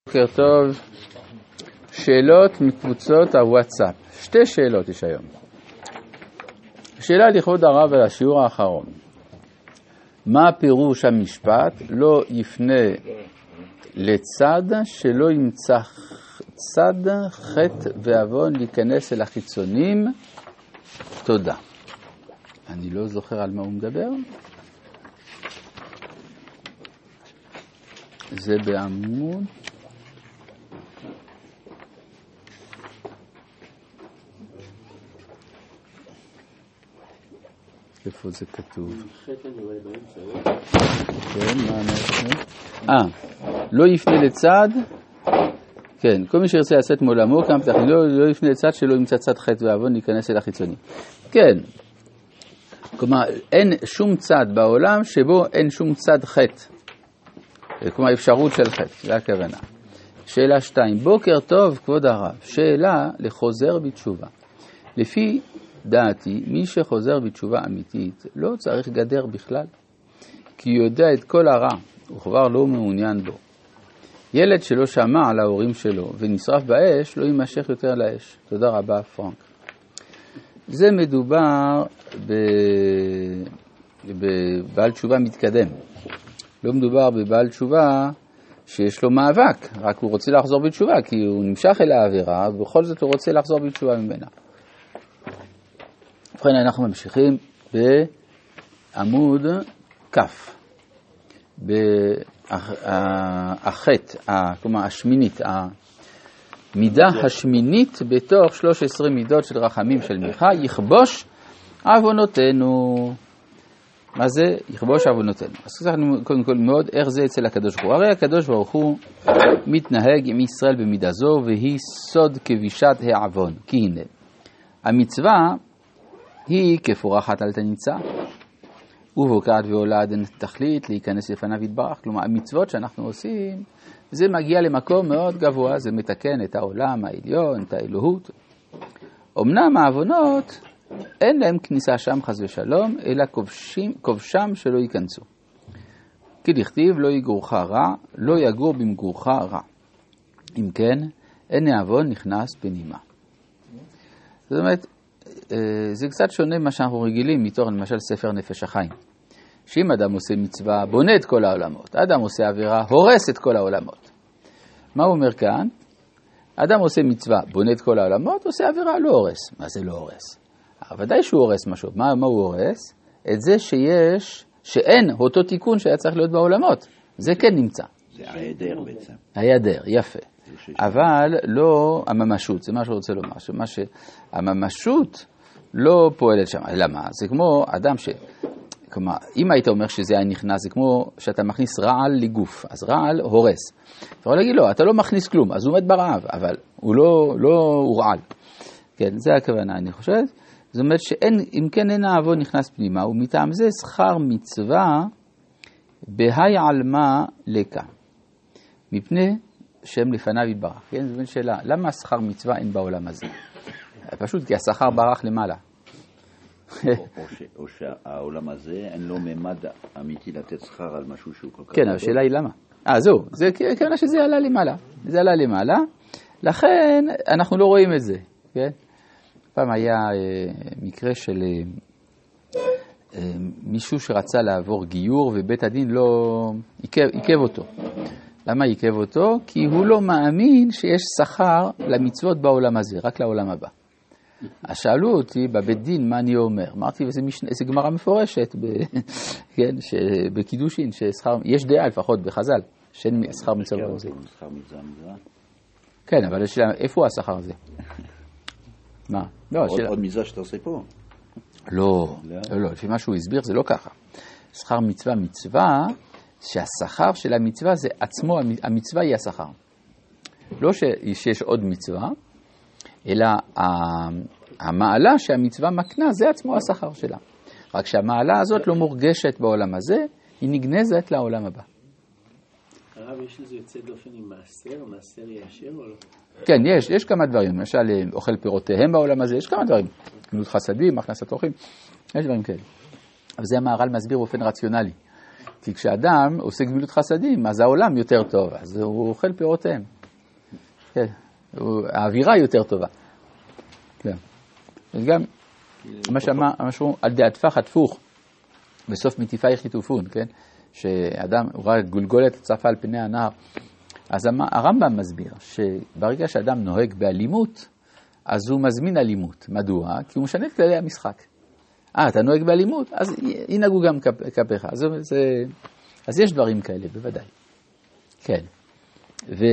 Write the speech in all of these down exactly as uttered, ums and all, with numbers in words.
בוקר טוב, שאלות מקבוצות הוואטסאפ. שתי שאלות יש היום. שאלה לכבוד הרב על השיעור האחרון. מה פירוש המשפט? לא יפנה לצד שלא ימצא צד חטא ועוון להיכנס אל החיצונים. תודה. אני לא זוכר על מה הוא מדבר. זה בעמוד איפה זה כתוב? כן, מה אנחנו? אה, לא יפנה לצד, כן, כל מי שירצה לצאת מעולמו, כמה פתחים, לא, לא יפנה לצד שלא ימצא צד חטא ועוון להיכנס אל החיצוני. כן, כלומר, אין שום צד בעולם שבו אין שום צד חטא. כלומר, אפשרות של חטא, זה הכוונה. שאלה שתיים, בוקר טוב, כבוד הרב, שאלה לחוזר בתשובה. לפי דעתי, מי שחוזר בתשובה אמיתית לא צריך גדר בכלל, כי הוא יודע את כל הרע, הוא כבר לא מעוניין בו. ילד שלא שמע על ההורים שלו ונשרף באש, לא יימשך יותר לאש. תודה רבה, פרנק. זה מדובר בבעל תשובה מתקדם. לא מדובר בבעל תשובה שיש לו מאבק, רק הוא רוצה לחזור בתשובה, כי הוא נמשך אל העבירה, ובכל זאת הוא רוצה לחזור בתשובה ממנה. ובכן, אנחנו ממשיכים בעמוד כף, בחטא, כלומר השמינית, המידה השמינית בתוך שלוש עשרה מידות של רחמים של מיכה, יכבוש עוונותינו. מה זה? יכבוש עוונותינו. אז צריך קודם כל מאוד איך זה אצל הקדוש ברוך הוא. הרי הקדוש ברוך הוא מתנהג עם ישראל במידה זו, והיא סוד כבישת העוון. כי הנה, המצווה היא כפורחת על תניצה, ובוקעת ועולה עד תכלית להיכנס לפניו יתברך. כלומר, המצוות שאנחנו עושים, זה מגיע למקום מאוד גבוה, זה מתקן את העולם העליון, את האלוהות. אמנם העוונות, אין להם כניסה שם חס ושלום, אלא כובשים, כובשם שלא ייכנסו. כי לכתיב לא יגורך רע, לא יגור במגורך רע. אם כן, אין העוון נכנס פנימה. זאת אומרת, זה קצת שונה מה שאנחנו רגילים מתוך למשל ספר נפש החיים. שאם אדם עושה מצווה, בונה את כל העולמות. אדם עושה עבירה, הורס את כל העולמות. מה הוא אומר כאן? אדם עושה מצווה, בונה את כל העולמות, עושה עבירה, לא הורס. מה זה לא הורס? ודאי שהוא הורס משהו. מה, מה הוא הורס? את זה שיש, שאין אותו תיקון שהיה צריך להיות בעולמות. זה כן נמצא. זה היעדר בעצם. היעדר, יפה. אבל לא הממשות, זה מה שרוצה לומר. שמה שהממשות לא פועלת שם. למה? זה כמו אדם ש... כלומר, אם היית אומר שזה היה נכנס, זה כמו שאתה מכניס רעל לגוף. אז רעל הורס. אתה יכול להגיד לו, אתה לא מכניס כלום, אז הוא מת ברעב, אבל הוא לא, לא הורעל. כן, זה הכוונה, אני חושבת. זאת אומרת שאין, אם כן אין העוון נכנס פנימה, ומטעם זה שכר מצווה בהי עלמה לקה. מפני שם לפניו יתברך. כן, זו בין שאלה, למה שכר מצווה אין בעולם הזה? פשוט כי השכר ברח למעלה. או שהעולם הזה אין לו ממד אמיתי לתת שכר על משהו שהוא כל כך... כן, אבל השאלה היא למה? אה, זהו, זה כמובן שזה עלה למעלה. זה עלה למעלה, לכן אנחנו לא רואים את זה, כן? פעם היה מקרה של מישהו שרצה לעבור גיור ובית הדין לא עיכב, עיכב אותו. למה עיכב אותו? כי הוא לא מאמין שיש שכר למצוות בעולם הזה, רק לעולם הבא. אז שאלו אותי בבית דין מה אני אומר. אמרתי, וזה משנה, זה גמרא מפורשת ב, כן, בקידושין, ששכר, יש דעה לפחות בחז"ל, שאין שכר מצווה בזה. שכר מצווה מצווה? כן, אבל השאלה, איפה השכר הזה? מה? לא, עוד, השאלה... עוד מצווה שאתה עושה פה? לא, לא, לא, לפי מה שהוא הסביר זה לא ככה. שכר מצווה מצווה, שהשכר של המצווה זה עצמו, המצווה היא השכר. לא שיש עוד מצווה, אלא המעלה שהמצווה מקנה זה עצמו השכר שלה. רק שהמעלה הזאת לא מורגשת בעולם הזה, היא נגנזת לעולם הבא. הרב, יש לזה יוצא דופן עם מעשר, מעשר יאשר או לא? כן, יש, יש כמה דברים. למשל, אוכל פירותיהם בעולם הזה, יש כמה דברים. גמילות חסדים, הכנסת אורחים, יש דברים כאלה. אבל זה המהר"ל מסביר באופן רציונלי. כי כשאדם עושה גמילות חסדים, אז העולם יותר טוב, אז הוא אוכל פירותיהם. כן, האווירה יותר טובה. כן. וגם, מה שאמרו, על דעת פח התפוך, בסוף מטיפי חיתופון, כן? שאדם, הוא ראה גולגולת צפה על פני הנהר. אז הרמב"ם מסביר שברגע שאדם נוהג באלימות, אז הוא מזמין אלימות. מדוע? כי הוא משנה את כללי המשחק. אה, אתה נוהג באלימות? אז ינהגו גם כפיך. אז, זה, אז יש דברים כאלה, בוודאי. כן. ו,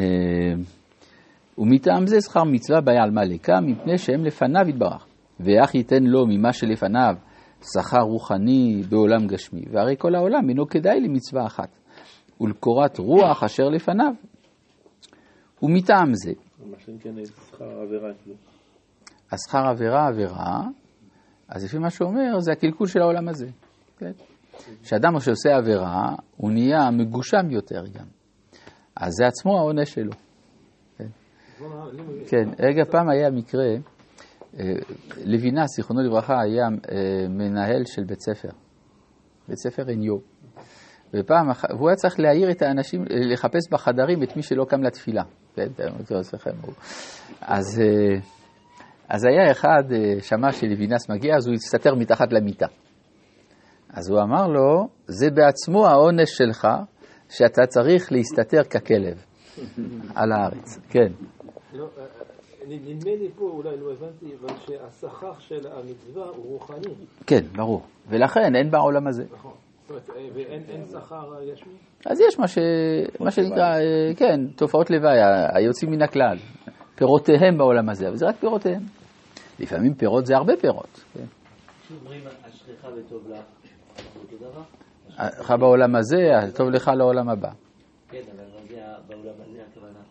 ומטעם זה שכר מצווה בעל מלכה, מפני שהם לפניו יתברך. ואך ייתן לו ממה שלפניו שכר רוחני בעולם גשמי. והרי כל העולם אינו כדאי למצווה אחת. ולקורת רוח אשר לפניו. ומטעם זה. מה שכן שכר עבירה. השכר עבירה עבירה, אז לפי מה שאומר, זה הקלקול של העולם הזה. כן? שאדם שעושה עבירה, הוא נהיה מגושם יותר גם. אז זה עצמו העונש שלו. כן, כן. רגע, פעם היה מקרה, לוינס, זיכרונו לברכה, היה מנהל של בית ספר. בית ספר עניו. ופעם, והוא היה צריך להעיר את האנשים, לחפש בחדרים את מי שלא קם לתפילה. כן, אז, אז היה אחד, שמע שלוינס מגיע, אז הוא הסתתר מתחת למיטה. אז הוא אמר לו, זה בעצמו העונש שלך, שאתה צריך להסתתר ככלב על הארץ. כן. נדמה לי פה, אולי לא הבנתי, אבל שהשכר של המצווה הוא רוחני. כן, ברור. ולכן אין בעולם הזה. נכון. ואין שכר גשמי? אז יש מה, ש... מה שנקרא, כן, תופעות לוואי, היוצאים מן הכלל. פירותיהם בעולם הזה, אבל זה רק פירותיהם. לפעמים פירות זה הרבה פירות. שאומרים, אשריך וטוב לך, אותו דבר? אשריך בעולם הזה, טוב לך לעולם הבא. כן, אבל זה בעולם הזה הכוונה.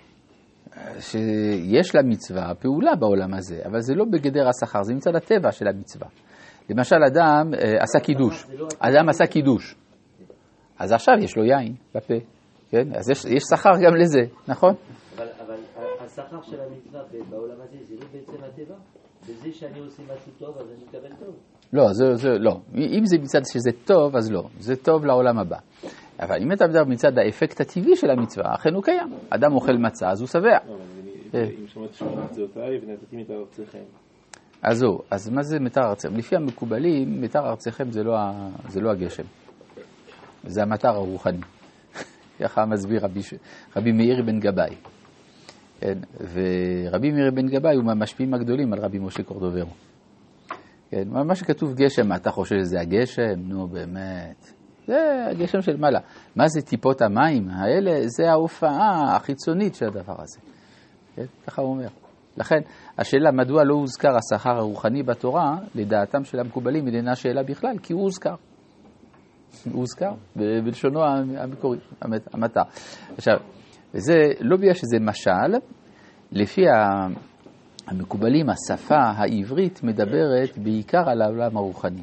שיש לה מצווה, פעולה בעולם הזה, אבל זה לא בגדר השכר, זה מצד הטבע של המצווה. למשל, אדם עשה קידוש, אדם עשה קידוש, אז עכשיו יש לו יין בפה, כן? אז יש, יש שכר גם לזה, נכון? אבל, אבל השכר של המצווה בעולם הזה, זה לא בעצם הטבע? בזה שאני עושה משהו טוב, אז אני מקבל טוב? לא, זה, זה, לא. אם זה מצד שזה טוב, אז לא. זה טוב לעולם הבא. אבל אם אתה מדבר מצד האפקט הטבעי של המצווה, אכן הוא קיים. אדם אוכל מצה, אז הוא שבע. אם שמעת שמונת זאותיי ונתתי מתר ארצכם. אז זהו, אז מה זה מתר ארצכם? לפי המקובלים, מתר ארצכם זה לא, זה לא הגשם. זה המתר הרוחני. ככה מסביר רבי, רבי מאיר בן גבאי. כן, ורבי מאיר בן גבאי הוא מהמשפיעים הגדולים על רבי משה קורדוברו. כן, מה שכתוב גשם, אתה חושב שזה הגשם? נו באמת. זה הגשם של מעלה. מה זה טיפות המים? האלה, זה ההופעה החיצונית של הדבר הזה. כן, ככה הוא אומר. לכן, השאלה מדוע לא הוזכר השכר הרוחני בתורה, לדעתם של המקובלים, אינה שאלה בכלל, כי הוא הוזכר. הוא הוזכר, בלשונו המקורי, המטר. עכשיו, זה לא בגלל שזה משל, לפי המקובלים, השפה העברית מדברת בעיקר על העולם הרוחני.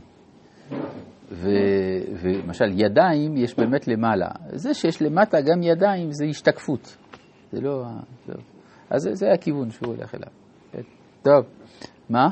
ומשל, ידיים יש באמת למעלה. זה שיש למטה גם ידיים, זה השתקפות. זה לא... זה... אז זה, זה הכיוון שהוא הולך אליו. טוב, מה?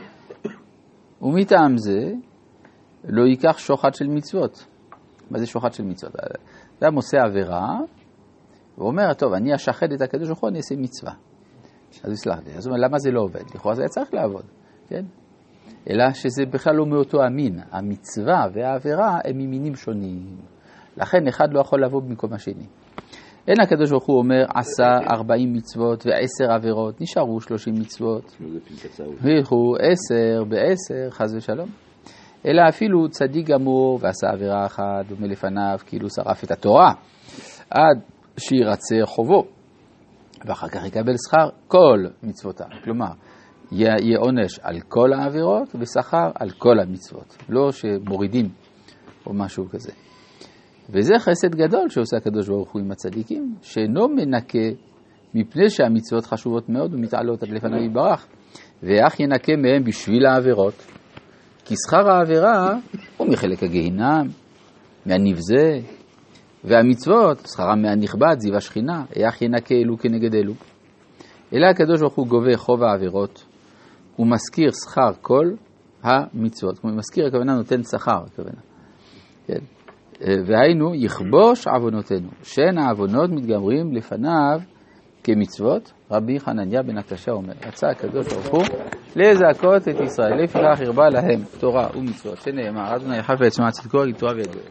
ומטעם זה, לא ייקח שוחד של מצוות. מה זה שוחד של מצוות? אדם עושה עבירה, ואומר, טוב, אני אשחד את הקדוש ברוך הוא, אני אעשה מצווה. אז הוא יסלח לי. אז הוא אומר, למה זה לא עובד? לכאורה זה היה צריך לעבוד, כן? אלא שזה בכלל לא מאותו המין. המצווה והעבירה הם ממינים שונים. לכן אחד לא יכול לבוא במקום השני. אין הקדוש ברוך הוא אומר, עשה ארבעים מצוות ועשר עבירות, נשארו שלושים מצוות. וילכו עשר בעשר, חס ושלום. אלא אפילו צדיק גמור ועשה עבירה אחת ומלפניו, כאילו שרף את התורה, עד שירצה חובו. ואחר כך יקבל שכר כל מצוותיו. כלומר, יהיה עונש על כל העבירות ושכר על כל המצוות. לא שמורידים או משהו כזה. וזה חסד גדול שעושה הקדוש ברוך הוא עם הצדיקים, שאינו מנקה מפני שהמצוות חשובות מאוד ומתעלות עד לפניו יתברך, ואך ינקה מהם בשביל העבירות. כי שכר העבירה הוא מחלק הגיהינם, מהנבזה, והמצוות, שכרם מהנכבד, זיו השכינה, איך ינקה אלו כנגד אלו. אלא הקדוש ברוך הוא גובה חוב העבירות, הוא מזכיר שכר כל המצוות. כמו מזכיר, הכוונה נותן שכר, הכוונה. כן. והיינו יכבוש עוונותינו, שאין העוונות מתגמרים לפניו כמצוות. רבי חנניה בן עקשיא אומר, רצה הקדוש ברוך הוא לזכות את ישראל, לפיכך הרבה להם תורה ומצוות, שנאמר אדוני חפץ מעשה צדקו כי תורה וידעו.